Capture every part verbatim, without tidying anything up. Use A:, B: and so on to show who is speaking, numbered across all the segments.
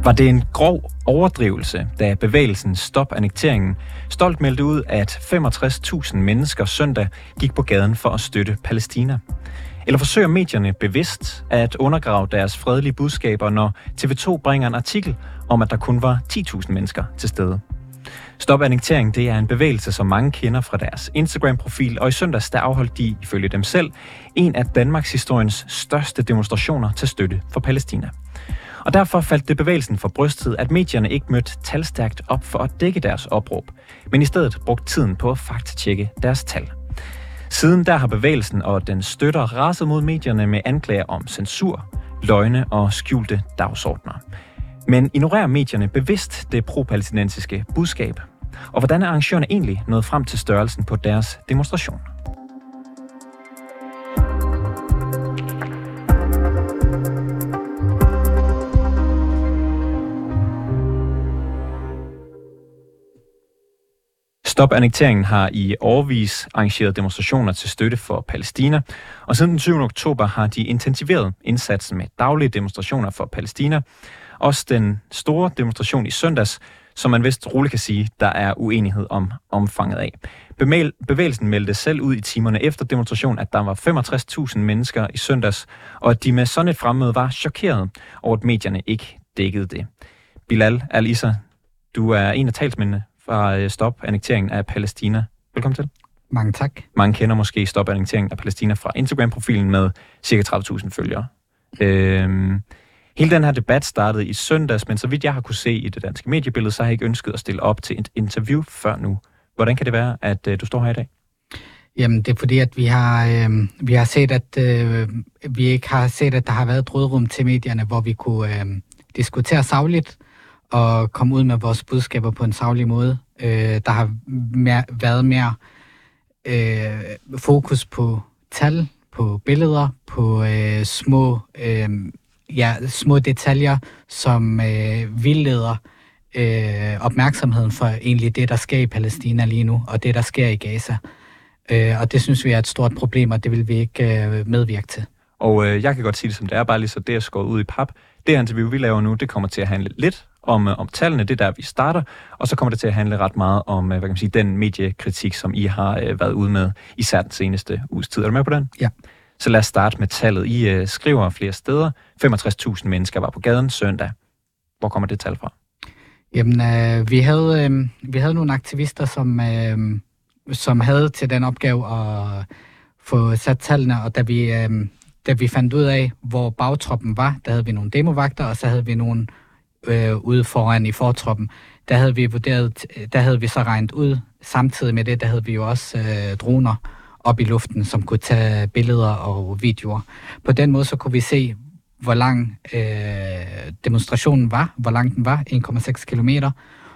A: Var det en grov overdrivelse, da bevægelsen Stop Annekteringen stolt meldte ud, at femogtres tusind mennesker søndag gik på gaden for at støtte Palæstina? Eller forsøger medierne bevidst at undergrave deres fredelige budskaber, når T V to bringer en artikel om, at der kun var ti tusind mennesker til stede? Stop Annektering, det er en bevægelse, som mange kender fra deres Instagram-profil, og i søndags der afholdt de, ifølge dem selv, en af Danmarks historiens største demonstrationer til støtte for Palæstina. Og derfor faldt det bevægelsen for brystet, at medierne ikke mødte talstærkt op for at dække deres opråb, men i stedet brugte tiden på at faktatjekke deres tal. Siden der har bevægelsen og den støtter raset mod medierne med anklager om censur, løgne og skjulte dagsordner. Men ignorerer medierne bevidst det pro-palæstinensiske budskab? Og hvordan er arrangørerne egentlig nået frem til størrelsen på deres demonstration? Stop Annekteringen har i årevis arrangeret demonstrationer til støtte for Palæstina, og siden den syvende oktober har de intensiveret indsatsen med daglige demonstrationer for Palæstina. Også den store demonstration i søndags, som man vist roligt kan sige, der er uenighed om omfanget af. Bevægelsen meldte selv ud i timerne efter demonstrationen, at der var femogtres tusind mennesker i søndags, og at de med sådan et fremmøde var chokeret over, at medierne ikke dækkede det. Bilal Al-Issa, du er en af talsmændene fra Stop Annekteringen af Palæstina. Velkommen til.
B: Mange tak.
A: Mange kender måske Stop Annekteringen af Palæstina fra Instagram-profilen med cirka tredive tusind følgere. Øhm, hele den her debat startede i søndags, men så vidt jeg har kunne se i det danske mediebillede, så har jeg ikke ønsket at stille op til et interview før nu. Hvordan kan det være, at øh, du står her i dag?
B: Jamen, det er fordi, at vi har, øh, vi har set, at øh, vi ikke har set, at der har været et rådrum til medierne, hvor vi kunne øh, diskutere sagligt og komme ud med vores budskaber på en saglig måde. Øh, der har mere, været mere øh, fokus på tal, på billeder, på øh, små, øh, ja, små detaljer, som øh, vildleder øh, opmærksomheden for egentlig det, der sker i Palæstina lige nu, og det, der sker i Gaza. Øh, og det synes vi er et stort problem, og det vil vi ikke øh, medvirke til.
A: Og øh, jeg kan godt sige det, som det er, bare lige så det er skåret ud i pap. Det her interview, vi laver nu, det kommer til at handle lidt om, om tallene, det der, vi starter, og så kommer det til at handle ret meget om, hvad kan man sige, den mediekritik, som I har øh, været ude med, især den seneste uges tid. Er du med på den?
B: Ja.
A: Så lad os starte med tallet. I øh, skriver flere steder. femogtres tusind mennesker var på gaden søndag. Hvor kommer det tal fra?
B: Jamen, øh, vi, havde, øh, vi havde nogle aktivister, som, øh, som havde til den opgave at få sat tallene, og da vi, øh, da vi fandt ud af, hvor bagtroppen var, der havde vi nogle demovagter, og så havde vi nogle øh, ude foran i fortroppen. Der havde vi vurderet, der havde vi så regnet ud. Samtidig med det, der havde vi jo også øh, droner op i luften, som kunne tage billeder og videoer. På den måde så kunne vi se, hvor lang øh, demonstrationen var, hvor lang den var, en komma seks kilometer.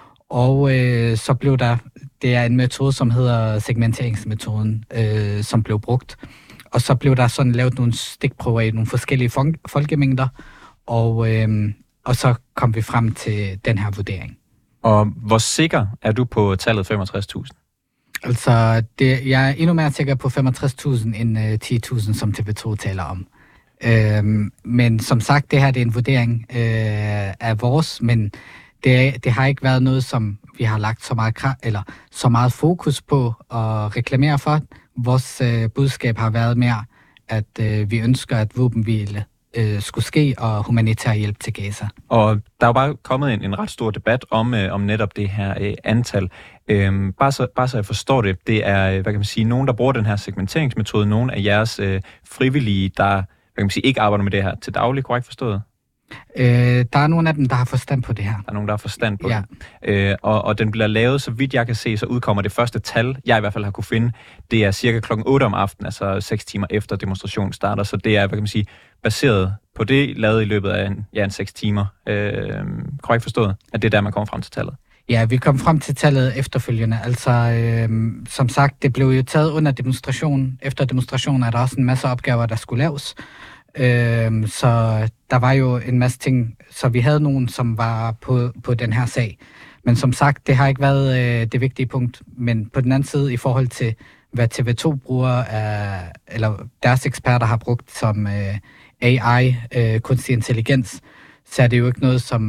B: Og øh, så blev der, det er en metode, som hedder segmenteringsmetoden, øh, som blev brugt. Og så blev der sådan lavet nogle stikprøver i nogle forskellige folkemængder, og, øh, og så kom vi frem til den her vurdering.
A: Og hvor sikker er du på tallet femogtres tusind?
B: Altså, det, jeg er endnu mere sikker på femogtres tusind end uh, ti tusind, som T V to taler om. Øhm, men som sagt, det her det er en vurdering øh, af vores, men det, det har ikke været noget, som vi har lagt så meget, eller så meget fokus på at reklamere for. Vores øh, budskab har været mere, at øh, vi ønsker, at våbenhvile øh, skulle ske, og humanitær hjælp til Gaza.
A: Og der er jo bare kommet en, en ret stor debat om, øh, om netop det her øh, antal. Øhm, bare, så, bare så jeg forstår det, det er, hvad kan man sige, nogen, der bruger den her segmenteringsmetode, nogle af jeres øh, frivillige, der hvad kan man sige, ikke arbejder med det her til daglig, korrekt forstået?
B: Øh, der er nogle af dem, der har forstand på det her.
A: Der er nogen, der har forstand på
B: ja.
A: det. Øh, og, og den bliver lavet, så vidt jeg kan se, så udkommer det første tal, jeg i hvert fald har kunne finde, det er cirka klokken otte om aftenen, altså seks timer efter demonstrationen starter. Så det er, hvad kan man sige, baseret på det, lavet i løbet af en, ja, en seks timer. Øh, korrekt forstået, at det er der, man kommer frem til tallet.
B: Ja, vi kom frem til tallet efterfølgende. Altså, øh, som sagt, det blev jo taget under demonstrationen. Efter demonstrationen er der også en masse opgaver, der skulle laves. Øh, så der var jo en masse ting, så vi havde nogen, som var på, på den her sag. Men som sagt, det har ikke været øh, det vigtige punkt. Men på den anden side, i forhold til, hvad T V to bruger, øh, eller deres eksperter har brugt som øh, A I, øh, kunstig intelligens, så er det jo ikke noget, som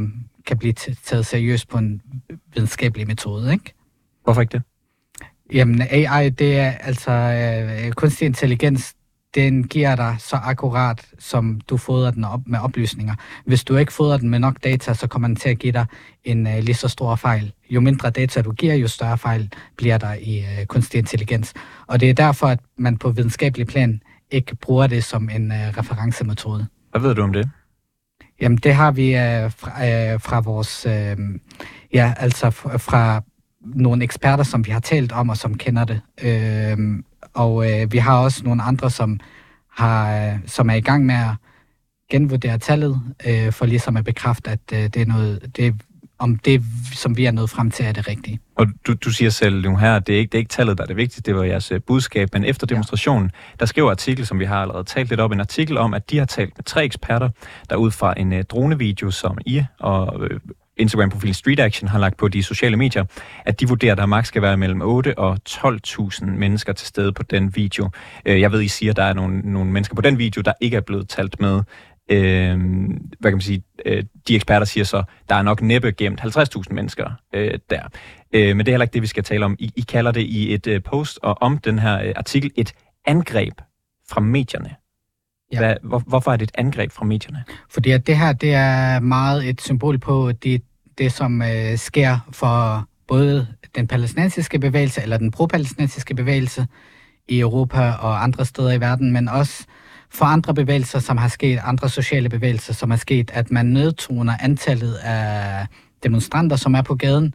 B: kan blive taget seriøst på en videnskabelig metode, ikke?
A: Hvorfor ikke det?
B: Jamen, A I, det er altså øh, kunstig intelligens, den giver dig så akkurat, som du fodrer den op med oplysninger. Hvis du ikke fodrer den med nok data, så kommer den til at give dig en øh, lige så stor fejl. Jo mindre data du giver, jo større fejl bliver der i øh, kunstig intelligens. Og det er derfor, at man på videnskabelig plan ikke bruger det som en øh, referencemetode.
A: Hvad ved du om det?
B: Jamen, det har vi øh, fra, øh, fra vores... Øh, ja, altså fra, fra nogle eksperter, som vi har talt om, og som kender det. Øh, og øh, vi har også nogle andre, som, har, øh, som er i gang med at genvurdere tallet, øh, for ligesom at bekræfte, at øh, det er noget... Det, om det, som vi er nået frem til, er det rigtige.
A: Og du, du siger selv nu her, at det er, ikke, det er ikke tallet, der er det vigtigste, det var jeres budskab, men efter demonstrationen, ja. Der skriver artikel, som vi har allerede talt lidt op, en artikel om, at de har talt med tre eksperter, der ud fra en uh, dronevideo, som I og uh, Instagram-profilen Street Action har lagt på de sociale medier, at de vurderer, at der maks skal være mellem otte og tolv tusind mennesker til stede på den video. Uh, jeg ved, I siger, at der er nogle, nogle mennesker på den video, der ikke er blevet talt med. Øh, hvad kan man sige, øh, de eksperter siger så, der er nok næppe gemt halvtreds tusind mennesker øh, der. Øh, men det er heller ikke det, vi skal tale om. I, I kalder det i et øh, post og om den her øh, artikel et angreb fra medierne. Ja. Hvad, hvor, hvorfor er det et angreb fra medierne?
B: Fordi at det her, det er meget et symbol på det, det som øh, sker for både den palæstinensiske bevægelse, eller den pro-palæstinensiske bevægelse i Europa og andre steder i verden, men også for andre bevægelser, som har sket, andre sociale bevægelser, som har sket, at man nedtoner antallet af demonstranter, som er på gaden,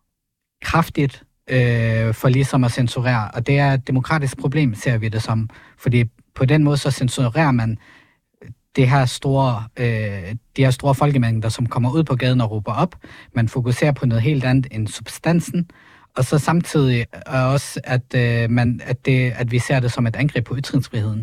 B: kraftigt øh, for ligesom at censurere. Og det er et demokratisk problem, ser vi det som. Fordi på den måde, så censurerer man det her store, øh, de her store folkemængder, som kommer ud på gaden og råber op. Man fokuserer på noget helt andet end substansen. Og så samtidig også, at, øh, man, at, det, at vi ser det som et angreb på ytringsfriheden.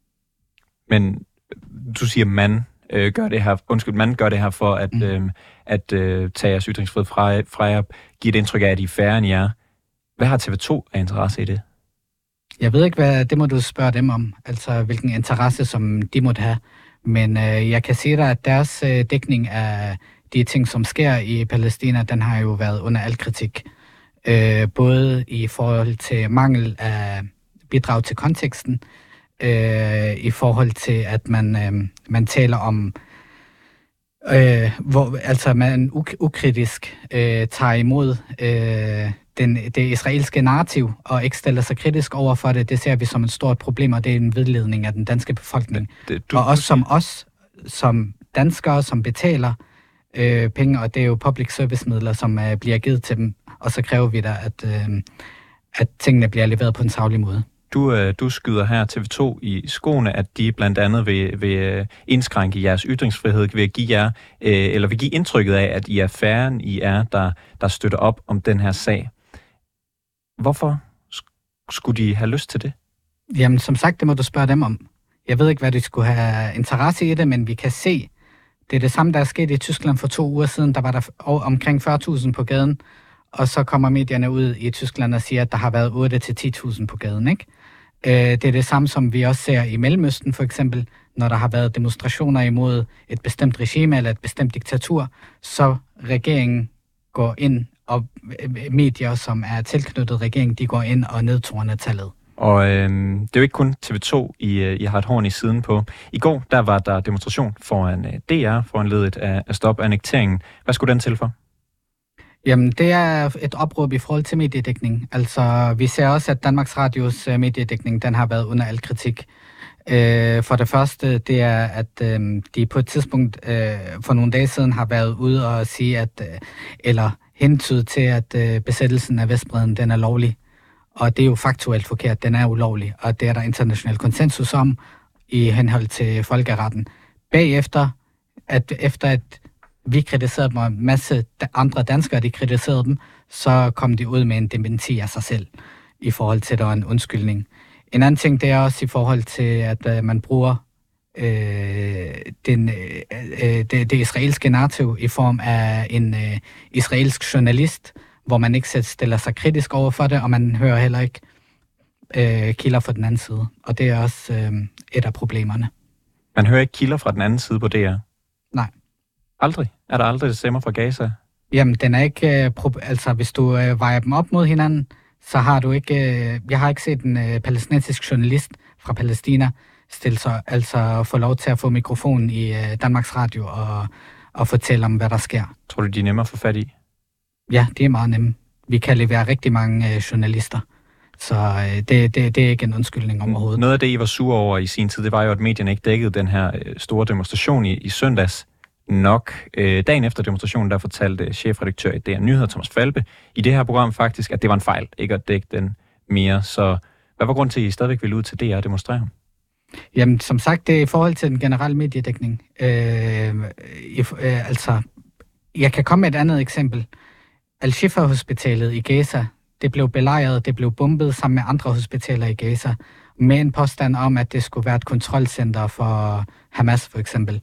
A: Men du siger, man øh, gør det her, undskyld, man gør det her for at, mm. øh, at øh, tage jeres ytringsfrihed fra, fra jer, give et indtryk af, at I er færre end jer. Hvad har T V to af interesse i det?
B: Jeg ved ikke, hvad det må du spørge dem om, altså hvilken interesse, som de måtte have. Men øh, jeg kan sige dig, at deres øh, dækning af de ting, som sker i Palæstina, den har jo været under al kritik. Øh, både i forhold til mangel af bidrag til konteksten, Øh, i forhold til, at man, øh, man taler om, øh, hvor altså man uk- ukritisk øh, tager imod øh, den, det israelske narrativ, og ikke stiller sig kritisk over for det. Det ser vi som et stort problem, og det er en vedledning af den danske befolkning. Det, det, du, og også som os, som danskere, som betaler øh, penge, og det er jo public service midler, som øh, bliver givet til dem, og så kræver vi da, at, øh, at tingene bliver leveret på en saglig måde.
A: Du, du skyder her T V to i skoene, at de blandt andet vil, vil indskrænke jeres ytringsfrihed, vil give jer, eller vil give indtrykket af, at I er færre end I er, der, der støtter op om den her sag. Hvorfor skulle de have lyst til det?
B: Jamen, som sagt, det må du spørge dem om. Jeg ved ikke, hvad de skulle have interesse i det, men vi kan se, det er det samme, der er sket i Tyskland for to uger siden. Der var der omkring fyrre tusind på gaden, og så kommer medierne ud i Tyskland og siger, at der har været otte til ti tusind på gaden, ikke? Det er det samme, som vi også ser i Mellemøsten, for eksempel, når der har været demonstrationer imod et bestemt regime eller et bestemt diktatur, så regeringen går ind, og medier, som er tilknyttet regeringen, de går ind og nedtoner tallet.
A: Og øh, det er jo ikke kun T V to, I, I har et horn i siden på. I går, der var der demonstration foran D R, foranledet af, af Stop Annekteringen. Hvad skulle den til for?
B: Jamen, det er et opråb i forhold til mediedækning. Altså, vi ser også, at Danmarks Radios mediedækning, den har været under al kritik. Øh, for det første, det er, at øh, de på et tidspunkt øh, for nogle dage siden har været ude og sige, at, øh, eller hentyde til, at øh, besættelsen af Vestbredden, den er lovlig. Og det er jo faktuelt forkert, den er ulovlig, og det er der international konsensus om i henhold til folkeretten. Bagefter, at efter at vi kritiserede dem, og en masse andre danskere, de kritiserede dem, så kom de ud med en dementi af sig selv, i forhold til, at der var en undskyldning. En anden ting, det er også i forhold til, at øh, man bruger øh, den, øh, det, det israelske narrativ i form af en øh, israelsk journalist, hvor man ikke stiller sig kritisk over for det, og man hører heller ikke øh, kilder fra den anden side. Og det er også øh, et af problemerne.
A: Man hører ikke kilder fra den anden side på D R?
B: Nej.
A: Aldrig? Er der aldrig stemmer fra Gaza?
B: Jamen, den er ikke... Øh, pro- altså, hvis du øh, vejer dem op mod hinanden, så har du ikke... Øh, jeg har ikke set en øh, palæstinensisk journalist fra Palæstina stille sig, altså få lov til at få mikrofonen i øh, Danmarks Radio og, og fortælle om, hvad der sker.
A: Tror du, de er nemmere at få fat i?
B: Ja, det er meget nemme. Vi kan levere rigtig mange øh, journalister. Så øh, det, det, det er ikke en undskyldning om overhovedet.
A: Noget af det, I var sure over i sin tid, det var jo, at medierne ikke dækkede den her øh, store demonstration i, i søndags nok. Øh, dagen efter demonstrationen, der fortalte chefredaktør i D R Nyheder, Thomas Falbe, i det her program faktisk, at det var en fejl, ikke at dække den mere. Så hvad var grund til, at I stadigvæk ville ud til D R og demonstrere?
B: Jamen, som sagt, det er i forhold til den generelle mediedækning. Øh, øh, altså, jeg kan komme med et andet eksempel. Al-Shifa-hospitalet i Gaza, det blev belejret, det blev bombet sammen med andre hospitaler i Gaza, med en påstand om, at det skulle være et kontrolcenter for Hamas, for eksempel.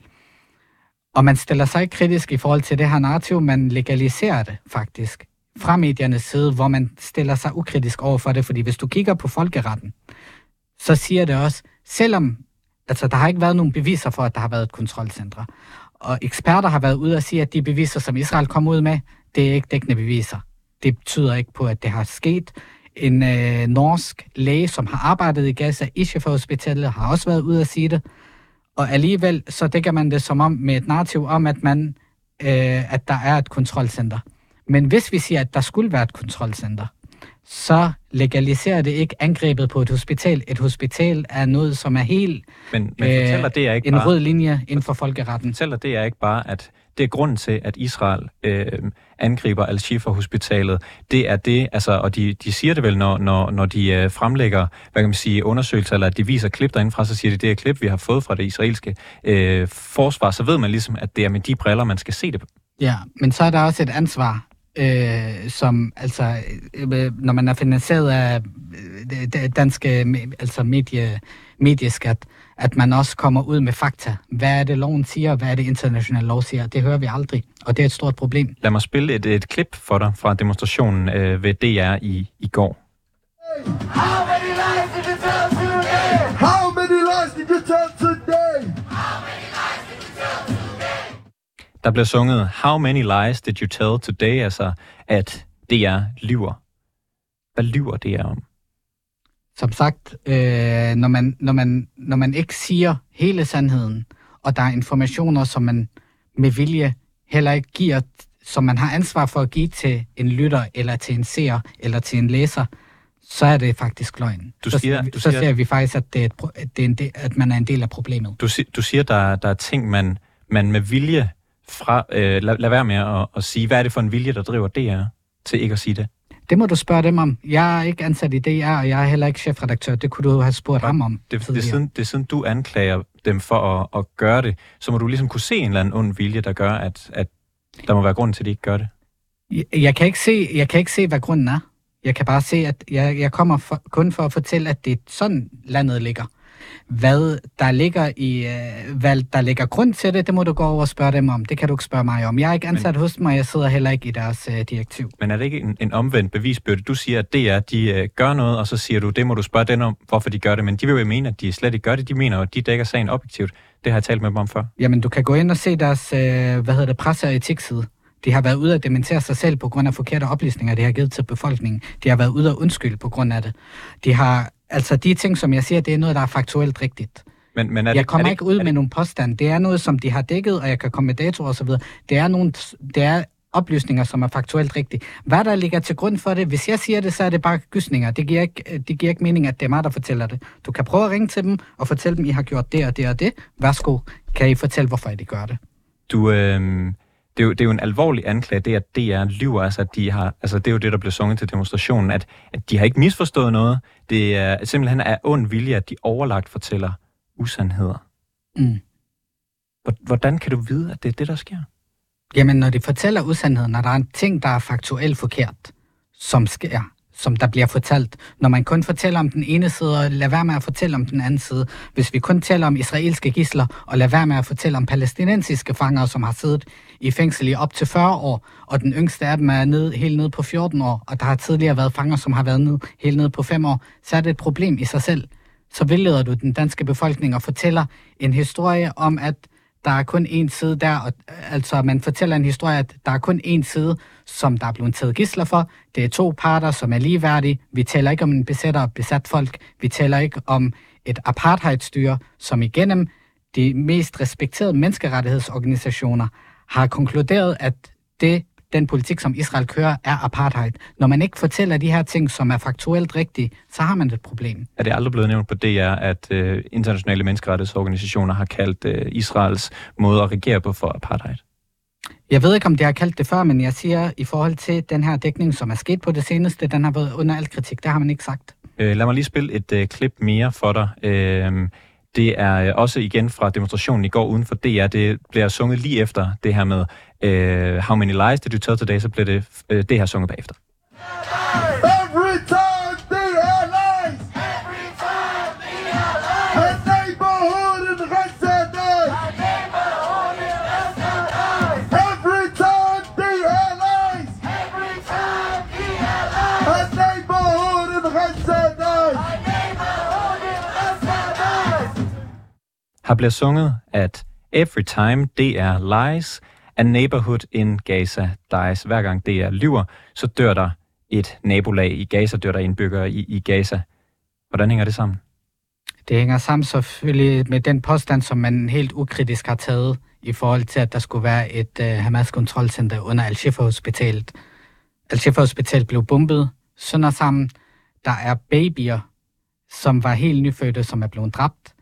B: Og man stiller sig ikke kritisk i forhold til det her narrativ, man legaliserer det faktisk fra mediernes side, hvor man stiller sig ukritisk over for det, fordi hvis du kigger på folkeretten, så siger det også, selvom altså, der har ikke været nogen beviser for, at der har været et kontrolcenter, og eksperter har været ude og sige, at de beviser, som Israel kom ud med, det er ikke dækkende beviser. Det betyder ikke på, at det har sket. En øh, norsk læge, som har arbejdet i Gaza i Shifa-hospitalet, har også været ude at sige det. Og alligevel så dækker man det som om med et narrativ om, at, man, øh, at der er et kontrolcenter. Men hvis vi siger, at der skulle være et kontrolcenter, så legaliserer det ikke angrebet på et hospital. Et hospital er noget, som er helt
A: men, men fortæller det er ikke
B: en
A: bare,
B: rød linje inden for folkeretten.
A: Fortæller det er ikke bare, at det er grunden til, at Israel øh, angriber Al-Shifa-hospitalet. Det er det, altså, og de, de siger det vel, når, når, når de øh, fremlægger, hvad kan man sige, undersøgelser, eller at de viser klip derindefra, så siger de, det er klip, vi har fået fra det israelske øh, forsvar, så ved man ligesom, at det er med de briller, man skal se det på.
B: Ja, men så er der også et ansvar, øh, som altså, øh, når man er finansieret af øh, danske altså medie, medieskat, at man også kommer ud med fakta. Hvad er det, loven siger, hvad er det, international lov siger? Det hører vi aldrig, og det er et stort problem.
A: Lad mig spille et, et klip for dig fra demonstrationen øh, ved D R i, i går.
C: How many lies did you tell today? How many lies did you tell today? How many lies did you tell today?
A: Der bliver sunget, How many lies did you tell today? Altså, at D R lyver. Hvad lyver D R om?
B: Som sagt, øh, når, man, når, man, når man ikke siger hele sandheden, og der er informationer, som man med vilje heller ikke giver, som man har ansvar for at give til en lytter, eller til en seer, eller til en læser, så er det faktisk løgn.
A: Du
B: så
A: siger,
B: så,
A: du
B: så
A: siger,
B: ser vi faktisk, at, det er et, at, det er en del, at man er en del af problemet.
A: Du, du siger, der, der er ting, man, man med vilje fra... Øh, lad, lad være med at, at sige, hvad er det for en vilje, der driver D R til ikke at sige det?
B: Det må du spørge dem om. Jeg er ikke ansat i D R, og jeg er heller ikke chefredaktør. Det kunne du have spurgt ham om.
A: Det, det, er siden, det er siden, du anklager dem for at, at gøre det, så må du ligesom kunne se en eller anden ond vilje, der gør, at, at der må være grund til, at de ikke gør det.
B: Jeg, jeg, kan ikke se, jeg kan ikke se, hvad grunden er. Jeg kan bare se, at jeg, jeg kommer for, kun for at fortælle, at det er sådan, landet ligger. Hvad der ligger i, øh, hvad der ligger grund til det, det må du gå over og spørge dem om. Det kan du ikke spørge mig om. Jeg er ikke ansat men, hos dem, og jeg sidder heller ikke i deres øh, direktiv.
A: Men er det ikke en, en omvendt bevisbyrde? Du siger, at D R, de øh, gør noget, og så siger du, det må du spørge dem om, hvorfor de gør det. Men de vil jo mene, at de slet ikke gør det. De mener jo, at de dækker sagen objektivt. Det har jeg talt med dem om før.
B: Jamen, du kan gå ind og se deres, øh, hvad hedder det, presse- og etikside. De har været ude at dementere sig selv på grund af forkerte oplysninger, de har givet til befolkningen. De har været ude at undskylde på grund af det. De har, altså de ting, som jeg siger, det er noget, der er faktuelt rigtigt.
A: Men, men er det,
B: jeg kommer
A: er det,
B: ikke ud med
A: det,
B: nogle påstand. Det er noget, som de har dækket, og jeg kan komme med datoer og så videre. Det er, nogle, det er oplysninger, som er faktuelt rigtige. Hvad der ligger til grund for det? Hvis jeg siger det, så er det bare gysninger. Det giver ikke, det giver ikke mening, at det er mig, der fortæller det. Du kan prøve at ringe til dem og fortælle dem, I har gjort det og det og det. Værsgo, kan I fortælle, hvorfor I det gør det?
A: Du... Øh... Det er, jo, det er jo en alvorlig anklage, det at D R lyver, altså, at de har, altså det er jo det, der blev sunget til demonstrationen, at, at de har ikke misforstået noget. Det er simpelthen af ond vilje, at de overlagt fortæller usandheder.
B: Mm.
A: Hvordan kan du vide, at det er det, der sker?
B: Jamen, når de fortæller usandheder, når der er en ting, der er faktuelt forkert, som sker, som der bliver fortalt. Når man kun fortæller om den ene side, og lader være med at fortælle om den anden side. Hvis vi kun taler om israelske gidsler, og lader være med at fortælle om palæstinensiske fanger, som har siddet i fængsel i op til fyrre år, og den yngste af dem er nede, helt nede på fjorten år, og der har tidligere været fanger, som har været nede, helt nede på fem år, så er det et problem i sig selv. Så vildleder du den danske befolkning og fortæller en historie om, at der er kun én side der, og altså man fortæller en historie, at der er kun én side, som der er blevet taget gidsler for. Det er to parter, som er ligeværdige. Vi taler ikke om en besætter og besat folk. Vi taler ikke om et apartheidstyre, som igennem de mest respekterede menneskerettighedsorganisationer har konkluderet, at det, den politik, som Israel kører, er apartheid. Når man ikke fortæller de her ting, som er faktuelt rigtige, så har man et problem.
A: Er det aldrig blevet nævnt på D R, at øh, internationale menneskerettighedsorganisationer har kaldt øh, Israels måde at regere på for apartheid?
B: Jeg ved ikke, om det har kaldt det før, men jeg siger, i forhold til den her dækning, som er sket på det seneste, den har været under al kritik. Det har man ikke sagt.
A: Øh, lad mig lige spille et øh, klip mere for dig. Øh, det er også igen fra demonstrationen i går uden for D R. Det bliver sunget lige efter det her med øh, How Many Lies Did You Tell Today, så bliver det øh, det her sunget bagefter.
C: Every time they are lies. Every time they are lies. A neighborhood in Gaza dies. A neighborhood in Gaza dies. Every time they are lies. Every time they are lies. A neighborhood in Gaza dies. A neighborhood in Gaza dies.
A: Her bliver sunget, at every time D R lies, a neighborhood in Gaza dies. Hver gang D R lyver, så dør der et nabolag i Gaza, dør der indbyggere i, i Gaza. Hvordan hænger det sammen?
B: Det hænger sammen selvfølgelig med den påstand, som man helt ukritisk har taget i forhold til, at der skulle være et uh, Hamas-kontrolcenter under Al-Shifa-hospitalet. Al-Shifa-hospitalet blev bombet sønder sammen. Der er babyer, som var helt nyfødte, som er blevet dræbt.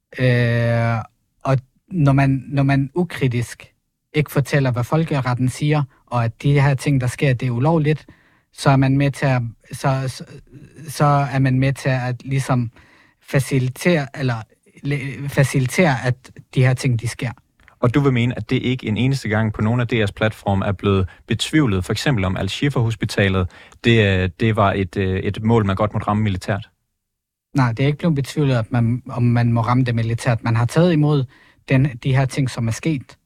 B: Uh, og når man, når man ukritisk ikke fortæller, hvad folkeretten siger, og at de her ting, der sker, det er ulovligt, så er man med til at, så, så, så er man med til at ligesom facilitere, eller facilitere, at de her ting, de sker.
A: Og du vil mene, at det ikke en eneste gang på nogle af D R's platform er blevet betvivlet, for eksempel om Al-Shifa-hospitalet, det, det var et, et mål, man godt måtte ramme militært?
B: Nej, det er ikke blevet betvivlet, at man, om man må ramme det militært. Man har taget imod den, de her ting, som er sket,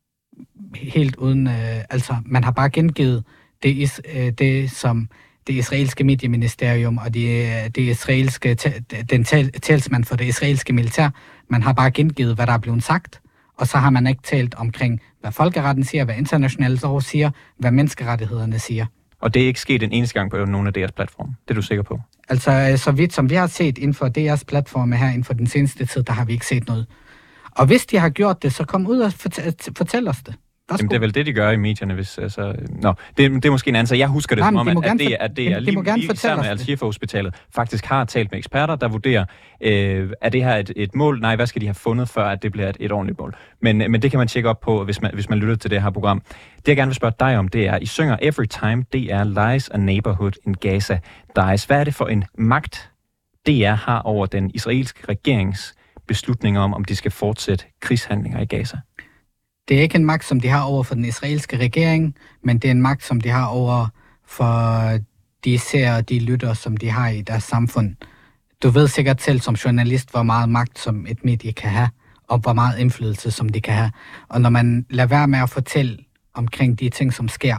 B: helt uden, øh, altså man har bare gengivet det, is, øh, det som det israelske medieministerium og det, det israelske, den talsmand for det israelske militær, man har bare gengivet, hvad der er blevet sagt, og så har man ikke talt omkring, hvad folkeretten siger, hvad internationale lov siger, hvad menneskerettighederne siger.
A: Og det er ikke sket en eneste gang på nogle af D R's platforme. Det er du sikker på?
B: Altså, så vidt som vi har set inden for D R's platforme her, inden for den seneste tid, der har vi ikke set noget. Og hvis de har gjort det, så kom ud og fortæl, fortæl os det.
A: Jamen, det er vel det, de gør i medierne, hvis altså... Nå, det, det er måske en anden sag. Jeg husker det
B: Nej,
A: som om, at,
B: at
A: det, at det er
B: de, de
A: lige sammen med Al-Shifa-hospitalet faktisk har talt med eksperter, der vurderer, øh, er det her et, et mål? Nej, hvad skal de have fundet, før at det bliver et, et ordentligt mål? Men, men det kan man tjekke op på, hvis man, hvis man lytter til det her program. Det, jeg gerne vil spørge dig om, det er, I synger Every Time D R Lies a Neighborhood in Gaza Dies. Hvad er det for en magt, D R har over den israelske regerings beslutninger om, om de skal fortsætte krigshandlinger i Gaza?
B: Det er ikke en magt, som de har over for den israelske regering, men det er en magt, som de har over for de seere og de lytter, som de har i deres samfund. Du ved sikkert selv som journalist, hvor meget magt som et medie kan have, og hvor meget indflydelse som de kan have. Og når man lader være med at fortælle omkring de ting, som sker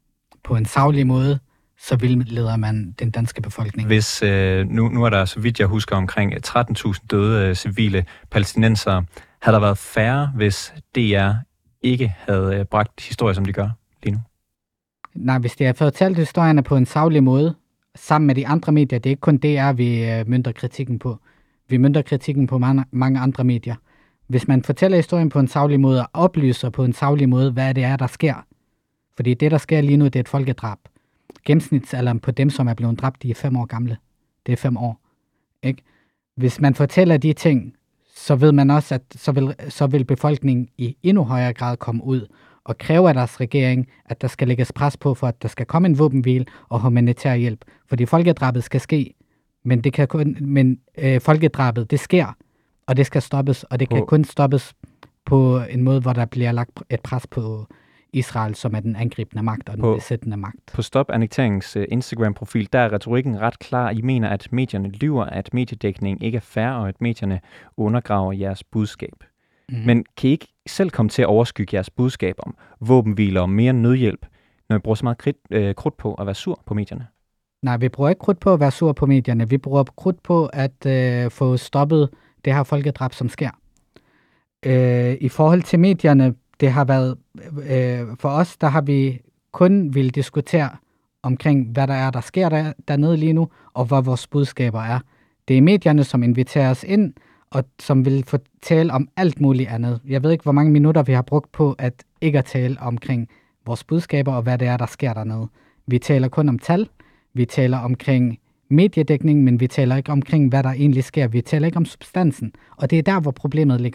B: på en saglig måde, så vildleder man den danske befolkning.
A: Hvis øh, nu, nu er der, så vidt jeg husker, omkring tretten tusind døde øh, civile palæstinensere, havde der været færre, hvis D R ikke havde øh, bragt historier, som de gør lige nu?
B: Nej, hvis de har fortalt historierne på en saglig måde, sammen med de andre medier, det er ikke kun D R, vi øh, mønter kritikken på. Vi mønter kritikken på mange, mange andre medier. Hvis man fortæller historien på en saglig måde, og oplyser på en saglig måde, hvad det er, der sker. Fordi det, der sker lige nu, det er et folkedrab. Gennemsnitsalderen på dem, som er blevet dræbt, de er fem år gamle. Det er fem år. Ikke? Hvis man fortæller de ting, så ved man også, at så vil, så vil befolkningen i endnu højere grad komme ud og kræve af deres regering, at der skal lægges pres på, for at der skal komme en våbenhvile og humanitær hjælp. Fordi folkedrabet skal ske, men, det kan kun, men øh, folkedrabet, det sker, og det skal stoppes, og det kan kun stoppes på en måde, hvor der bliver lagt et pres på Israel, som er den angribende magt og den på, besættende magt.
A: På Stop Annekteringens uh, Instagram-profil, der er retorikken ret klar. I mener, at medierne lyver, at mediedækning ikke er fair, og at medierne undergraver jeres budskab. Mm. Men kan I ikke selv komme til at overskygge jeres budskab om våbenhviler og mere nødhjælp, når I bruger så meget krit, øh, krudt på at være sur på medierne?
B: Nej, vi bruger ikke krudt på at være sur på medierne. Vi bruger krudt på at øh, få stoppet det her folkedrab, som sker. Øh, I forhold til medierne, det har været, øh, for os, der har vi kun vil diskutere omkring, hvad der er, der sker der, dernede lige nu, og hvad vores budskaber er. Det er medierne, som inviterer os ind, og som vil fortælle om alt muligt andet. Jeg ved ikke, hvor mange minutter vi har brugt på at ikke at tale omkring vores budskaber, og hvad det er, der sker dernede. Vi taler kun om tal, vi taler omkring mediedækning, men vi taler ikke omkring, hvad der egentlig sker. Vi taler ikke om substansen, og det er der, hvor problemet ligger.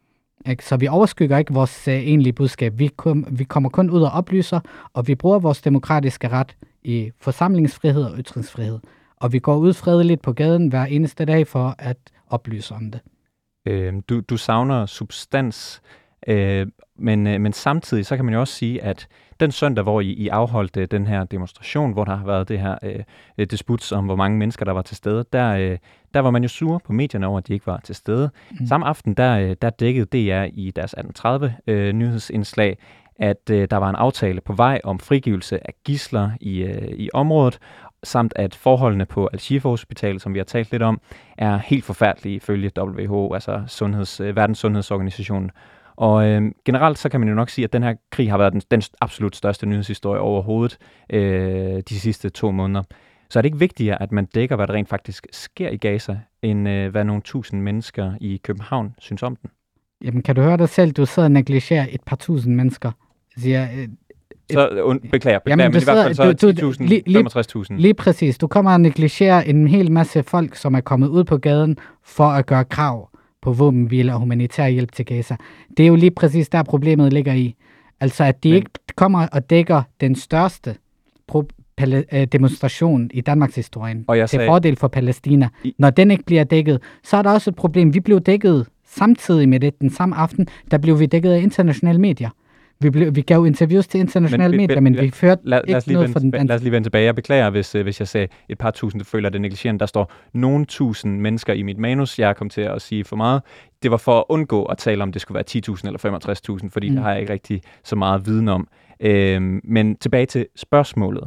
B: Så vi overskygger ikke vores uh, egentlige budskab. Vi, kom, vi kommer kun ud og oplyser, og vi bruger vores demokratiske ret i forsamlingsfrihed og ytringsfrihed. Og vi går ud fredeligt på gaden hver eneste dag for at oplyse om det.
A: Øh, du, du savner substans, øh, men, øh, men samtidig så kan man jo også sige, at den søndag, hvor I, I afholdt øh, den her demonstration, hvor der har været det her øh, disputs om, hvor mange mennesker der var til stede, der, øh, der var man jo sure på medierne over, at de ikke var til stede. Mm. Samme aften, der, øh, der dækkede D R i deres atten tredive øh, nyhedsindslag, at øh, der var en aftale på vej om frigivelse af gidsler i, øh, i området, samt at forholdene på Al-Shifa Hospital, som vi har talt lidt om, er helt forfærdelige ifølge W H O, altså Sundheds, øh, Verdens Sundhedsorganisationen. Og øh, generelt så kan man jo nok sige, at den her krig har været den, den absolut største nyhedshistorie overhovedet øh, de sidste to måneder. Så er det ikke vigtigere, at man dækker, hvad der rent faktisk sker i Gaza, end øh, hvad nogle tusind mennesker i København synes om den?
B: Jamen, kan du høre dig selv? Du sidder og negligerer et par tusind mennesker. Siger, øh,
A: så und, beklager, beklager,
B: jamen,
A: men i hvert fald så ti tusind, femogtres tusind.
B: Lige præcis. Du kommer og negligerer en hel masse folk, som er kommet ud på gaden for at gøre krav på våbenhvile og humanitær hjælp til Gaza. Det er jo lige præcis der problemet ligger i. Altså at de Men... ikke kommer og dækker den største pro- pal- demonstration i Danmarks historien til sagde... fordel for Palæstina. I... Når den ikke bliver dækket, så er der også et problem. Vi blev dækket samtidig med det. Den samme aften, der blev vi dækket af internationale medier. Vi, blev, vi gav interviews til internationale men, medier, men vi førte lad, ikke lad noget for den danske.
A: Lad os lige vende tilbage. Jeg beklager, hvis, hvis jeg sagde et par tusind, du føler det negligerende. Der står nogle tusind mennesker i mit manus. Jeg kom til at sige for meget. Det var for at undgå at tale om, det skulle være ti tusind eller femogtres tusind, fordi mm. det har jeg ikke rigtig så meget viden om. Øhm, men tilbage til spørgsmålet.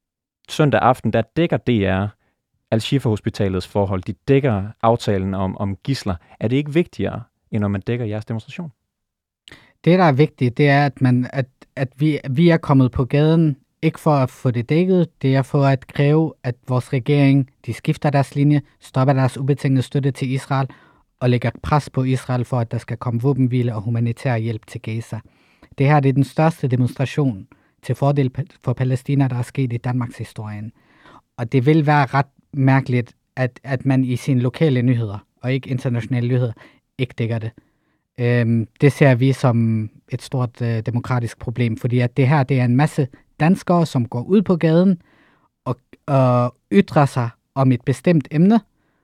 A: Søndag aften, der dækker D R Al-Shifa Hospitalets forhold. De dækker aftalen om, om gidsler. Er det ikke vigtigere, end når man dækker jeres demonstration?
B: Det, der er vigtigt, det er, at, man, at, at vi, vi er kommet på gaden, ikke for at få det dækket, det er for at kræve, at vores regering, de skifter deres linje, stopper deres ubetingede støtte til Israel, og lægger pres på Israel for, at der skal komme våbenhvile og humanitær hjælp til Gaza. Det her det er den største demonstration til fordel for Palæstina, der er sket i Danmarks historien. Og det vil være ret mærkeligt, at, at man i sine lokale nyheder, og ikke internationale nyheder, ikke dækker det. Øhm, det ser vi som et stort øh, demokratisk problem, fordi at det her det er en masse danskere, som går ud på gaden og, og ytrer sig om et bestemt emne,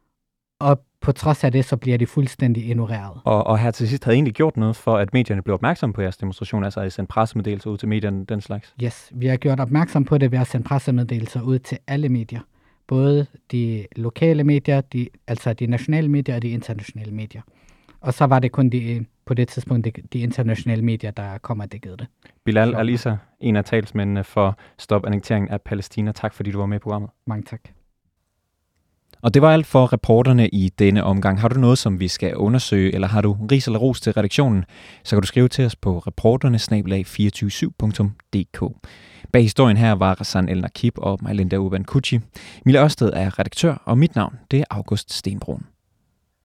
B: og på trods af det, så bliver de fuldstændig ignoreret.
A: Og, og her til sidst havde I egentlig gjort noget for, at medierne blev opmærksomme på jeres demonstration, altså at I sendte pressemeddelelser ud til medierne, den slags?
B: Yes, vi har gjort opmærksom på det ved at sende pressemeddelelser ud til alle medier. Både de lokale medier, de, altså de nationale medier og de internationale medier. Og så var det kun de, på det tidspunkt de, de internationale medier, der kommer og dækkede det.
A: Bilal Alisa, en af talsmændene for Stop Annekteringen af Palæstina. Tak fordi du var med i programmet.
B: Mange tak.
A: Og det var alt for reporterne i denne omgang. Har du noget, som vi skal undersøge, eller har du ris eller ros til redaktionen, så kan du skrive til os på reporterne snabel-a to fire syv punktum d k. Bag historien her var Razan El Nakib og Majlinda Urban Kucci. Mille Ørsted er redaktør, og mit navn det er August Stenbrun.